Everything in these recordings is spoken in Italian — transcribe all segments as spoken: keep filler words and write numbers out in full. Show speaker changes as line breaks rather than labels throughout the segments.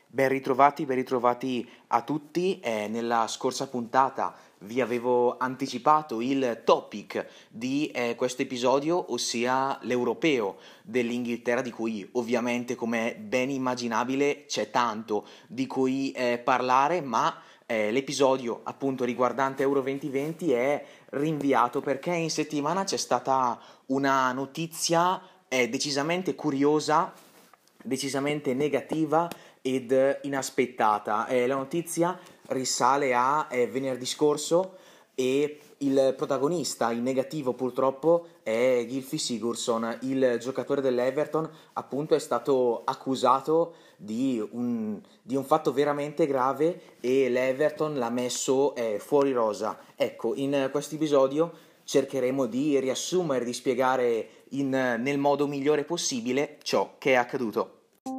Ben ritrovati, ben ritrovati a tutti. Eh, nella scorsa puntata vi avevo anticipato il topic di eh, questo episodio, ossia l'europeo dell'Inghilterra, di cui ovviamente, come ben immaginabile, c'è tanto di cui eh, parlare, ma eh, l'episodio appunto riguardante Euro duemilaventi è rinviato perché in settimana c'è stata una notizia eh, decisamente curiosa, decisamente negativa ed inaspettata. Eh, la notizia risale a eh, venerdì scorso e il protagonista in negativo purtroppo è Gylfi Sigurdsson, il giocatore dell'Everton. Appunto è stato accusato di un, di un fatto veramente grave e l'Everton l'ha messo eh, fuori rosa. Ecco, in questo episodio cercheremo di riassumere, di spiegare in, nel modo migliore possibile ciò che è accaduto.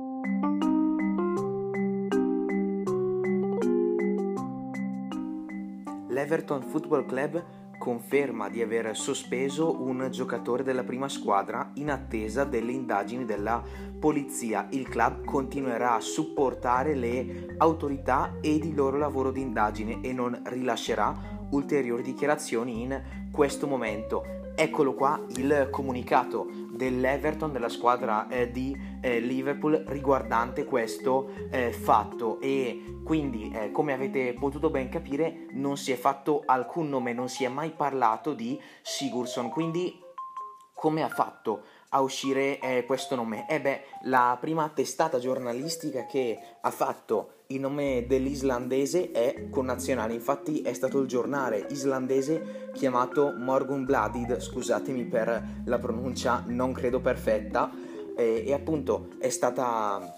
L'Everton Football Club conferma di aver sospeso un giocatore della prima squadra in attesa delle indagini della polizia. Il club continuerà a supportare le autorità ed il loro lavoro di indagine e non rilascerà ulteriori dichiarazioni in questo momento. Eccolo qua il comunicato dell'Everton, della squadra eh, di eh, Liverpool, riguardante questo eh, fatto, e quindi eh, come avete potuto ben capire non si è fatto alcun nome, non si è mai parlato di Sigurdsson. Quindi come ha fatto a uscire eh, questo nome? Eh beh, la prima testata giornalistica che ha fatto il nome dell'islandese è connazionale, infatti è stato il giornale islandese chiamato Morgunblaðið, scusatemi per la pronuncia non credo perfetta, eh, e appunto è stata...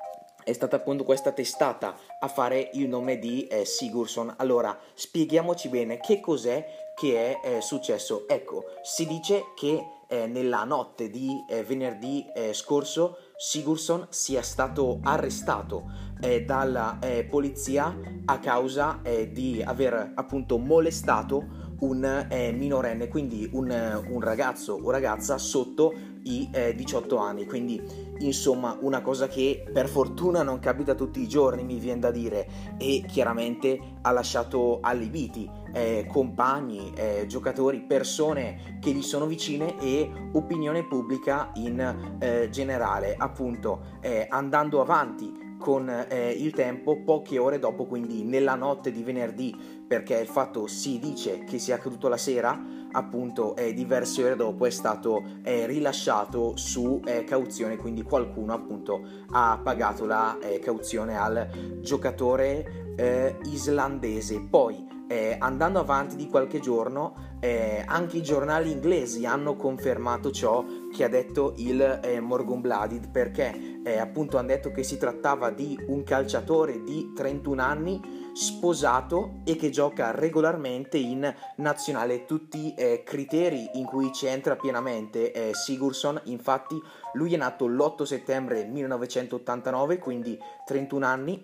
è stata appunto questa testata a fare il nome di eh, Sigurdsson. Allora, spieghiamoci bene che cos'è che è eh, successo. Ecco, si dice che eh, nella notte di eh, venerdì eh, scorso Sigurdsson sia stato arrestato eh, dalla eh, polizia a causa eh, di aver appunto molestato un eh, minorenne, quindi un, un ragazzo o ragazza sotto i eh, diciotto anni. Quindi insomma una cosa che per fortuna non capita tutti i giorni, mi viene da dire, e chiaramente ha lasciato allibiti eh, compagni, eh, giocatori, persone che gli sono vicine e opinione pubblica in eh, generale. Appunto eh, andando avanti con eh, il tempo, poche ore dopo, quindi nella notte di venerdì, perché il fatto si dice che sia accaduto la sera, appunto eh, diverse ore dopo è stato eh, rilasciato su eh, cauzione, quindi qualcuno appunto ha pagato la eh, cauzione al giocatore eh, islandese. Poi eh, andando avanti di qualche giorno eh, anche i giornali inglesi hanno confermato ciò che ha detto il eh, Morgunblaðið, perché eh, appunto hanno detto che si trattava di un calciatore di trentuno anni sposato e che gioca regolarmente in nazionale. Tutti eh, criteri in cui ci entra pienamente eh, Sigurdsson. Infatti lui è nato l'otto settembre millenovecentottantanove, quindi trentuno anni,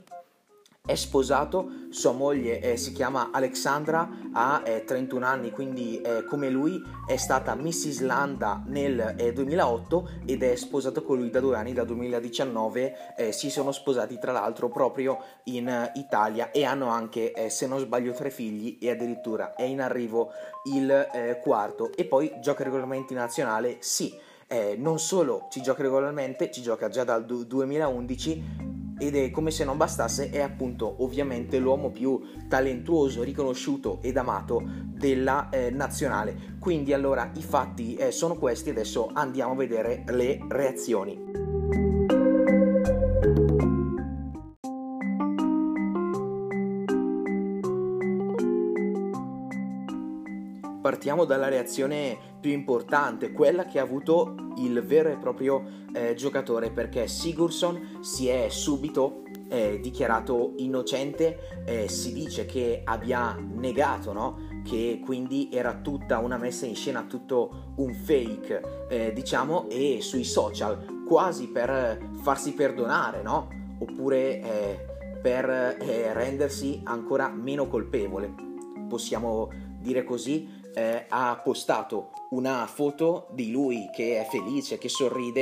è sposato, sua moglie eh, si chiama Alexandra, ha eh, trentuno anni, quindi eh, come lui è stata Miss Islanda nel eh, duemilaotto ed è sposato con lui da due anni, dal duemiladiciannove. Eh, si sono sposati tra l'altro proprio in eh, Italia e hanno anche, eh, se non sbaglio, tre figli, e addirittura è in arrivo il eh, quarto. E poi gioca regolarmente in nazionale, sì, eh, non solo ci gioca regolarmente, ci gioca già dal du- duemilaundici, ed è, come se non bastasse, è appunto ovviamente l'uomo più talentuoso, riconosciuto ed amato della eh, nazionale. Quindi allora i fatti eh, sono questi, adesso andiamo a vedere le reazioni. Partiamo dalla reazione più importante, quella che ha avuto il vero e proprio eh, giocatore, perché Sigurdsson si è subito eh, dichiarato innocente. Eh, si dice che abbia negato, no? Che quindi era tutta una messa in scena, tutto un fake, eh, diciamo, e sui social, quasi per farsi perdonare, no? Oppure eh, per eh, rendersi ancora meno colpevole, possiamo dire così. Eh, ha postato una foto di lui che è felice, che sorride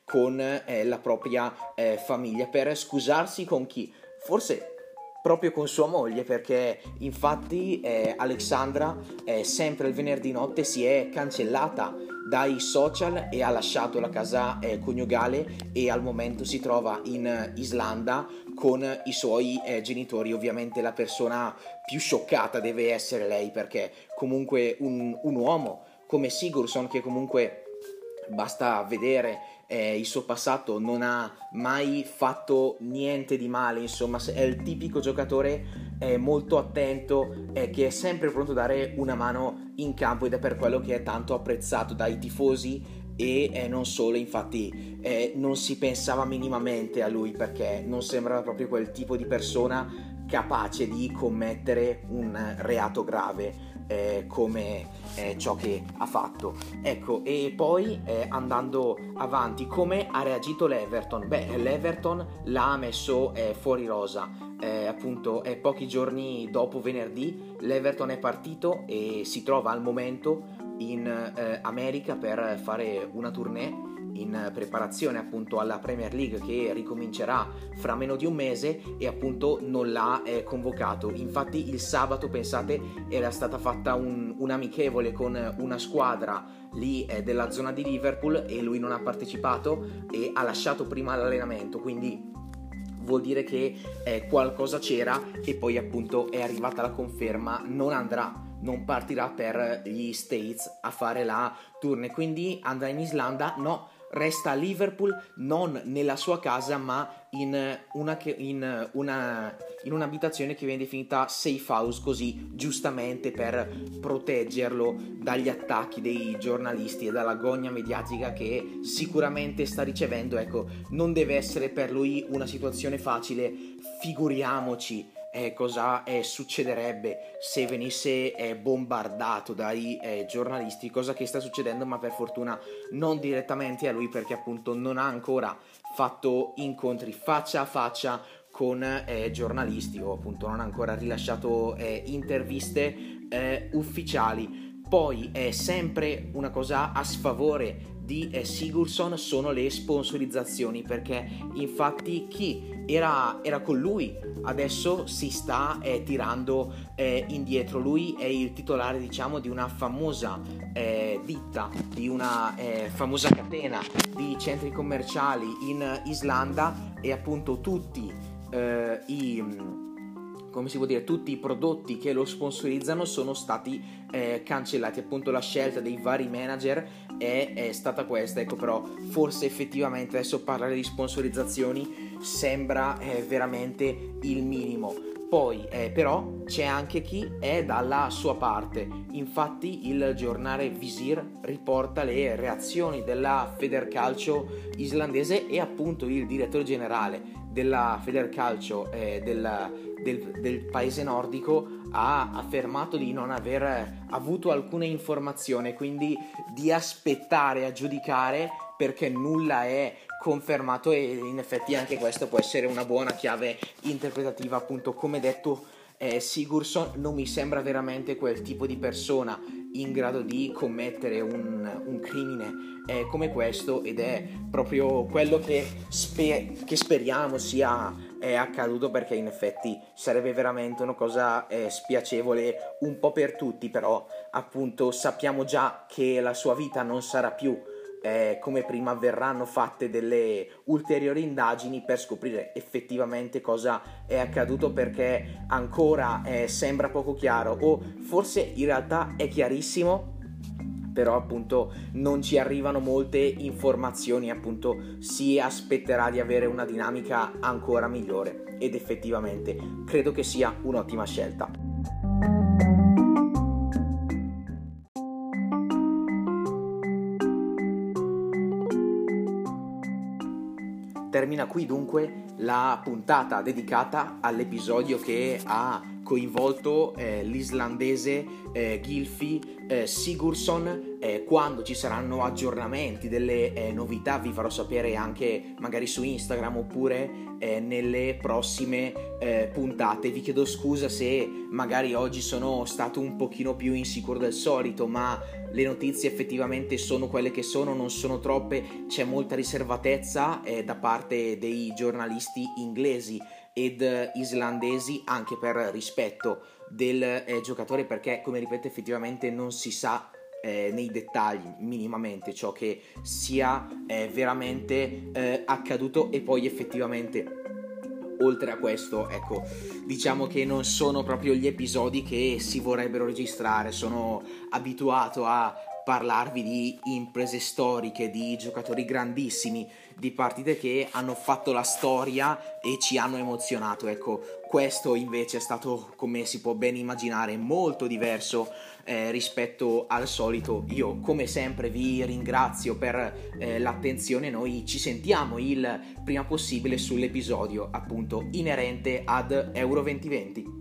con eh, la propria eh, famiglia per scusarsi con chi? Forse proprio con sua moglie, perché infatti eh, Alexandra eh, sempre il venerdì notte si è cancellata dai social e ha lasciato la casa eh, coniugale e al momento si trova in Islanda con i suoi eh, genitori. Ovviamente la persona più scioccata deve essere lei, perché comunque un, un uomo come Sigurdsson, che comunque basta vedere eh, il suo passato, non ha mai fatto niente di male, insomma è il tipico giocatore eh, molto attento, eh, che è sempre pronto a dare una mano in campo, ed è per quello che è tanto apprezzato dai tifosi e eh, non solo. Infatti eh, non si pensava minimamente a lui, perché non sembrava proprio quel tipo di persona capace di commettere un reato grave eh, come eh, ciò che ha fatto. Ecco, e poi eh, andando avanti, come ha reagito l'Everton? Beh, l'Everton l'ha messo eh, fuori rosa. Eh, appunto eh, pochi giorni dopo venerdì l'Everton è partito e si trova al momento in eh, America per fare una tournée in preparazione appunto alla Premier League, che ricomincerà fra meno di un mese, e appunto non l'ha eh, convocato. Infatti il sabato, pensate, era stata fatta un, un amichevole con una squadra lì eh, della zona di Liverpool, e lui non ha partecipato e ha lasciato prima l'allenamento, quindi vuol dire che eh, qualcosa c'era, e poi appunto è arrivata la conferma: non andrà, non partirà per gli States a fare la tournée, quindi andrà in Islanda. No, resta a Liverpool, non nella sua casa ma in una, in una in un'abitazione che viene definita safe house, così giustamente per proteggerlo dagli attacchi dei giornalisti e dalla gogna mediatica che sicuramente sta ricevendo. Ecco, non deve essere per lui una situazione facile. Figuriamoci Eh, cosa eh, succederebbe se venisse eh, bombardato dai eh, giornalisti, cosa che sta succedendo, ma per fortuna non direttamente a lui, perché appunto non ha ancora fatto incontri faccia a faccia con eh, giornalisti, o appunto non ha ancora rilasciato eh, interviste eh, ufficiali. Poi è sempre una cosa a sfavore di eh, Sigurdsson sono le sponsorizzazioni, perché infatti chi era, era con lui adesso si sta eh, tirando eh, indietro. Lui è il titolare, diciamo, di una famosa eh, ditta, di una eh, famosa catena di centri commerciali in Islanda, e appunto tutti eh, i come si può dire, tutti i prodotti che lo sponsorizzano sono stati eh, cancellati. Appunto la scelta dei vari manager è, è stata questa. Ecco, però forse effettivamente adesso parlare di sponsorizzazioni sembra eh, veramente il minimo. Poi eh, però c'è anche chi è dalla sua parte. Infatti il giornale Visir riporta le reazioni della Federcalcio islandese, e appunto il direttore generale della Federcalcio eh, della, del, del paese nordico ha affermato di non aver avuto alcuna informazione, quindi di aspettare a giudicare, perché nulla è confermato. E in effetti anche questo può essere una buona chiave interpretativa. Appunto, come detto, eh, Sigurdsson non mi sembra veramente quel tipo di persona in grado di commettere un, un crimine eh, come questo, ed è proprio quello che, spe- che speriamo sia è accaduto, perché in effetti sarebbe veramente una cosa eh, spiacevole un po' per tutti. Però appunto sappiamo già che la sua vita non sarà più Eh, come prima. Verranno fatte delle ulteriori indagini per scoprire effettivamente cosa è accaduto, perché ancora eh, sembra poco chiaro, o forse in realtà è chiarissimo, però appunto non ci arrivano molte informazioni. Appunto si aspetterà di avere una dinamica ancora migliore, ed effettivamente credo che sia un'ottima scelta. Termina qui dunque la puntata dedicata all'episodio che ha coinvolto eh, l'islandese eh, Gylfi eh, Sigurdsson. Eh, quando ci saranno aggiornamenti, delle eh, novità, vi farò sapere anche magari su Instagram oppure eh, nelle prossime eh, puntate. Vi chiedo scusa se magari oggi sono stato un pochino più insicuro del solito, ma le notizie effettivamente sono quelle che sono, non sono troppe, c'è molta riservatezza eh, da parte dei giornalisti inglesi ed eh, islandesi, anche per rispetto del eh, giocatore, perché come ripeto effettivamente non si sa Eh, nei dettagli minimamente ciò che sia eh, veramente eh, accaduto. E poi effettivamente oltre a questo, ecco, diciamo che non sono proprio gli episodi che si vorrebbero registrare. Sono abituato a parlarvi di imprese storiche, di giocatori grandissimi, di partite che hanno fatto la storia e ci hanno emozionato. Ecco, questo invece è stato, come si può ben immaginare, molto diverso eh, rispetto al solito. Io come sempre vi ringrazio per eh, l'attenzione. Noi ci sentiamo il prima possibile sull'episodio appunto inerente ad Euro duemilaventi.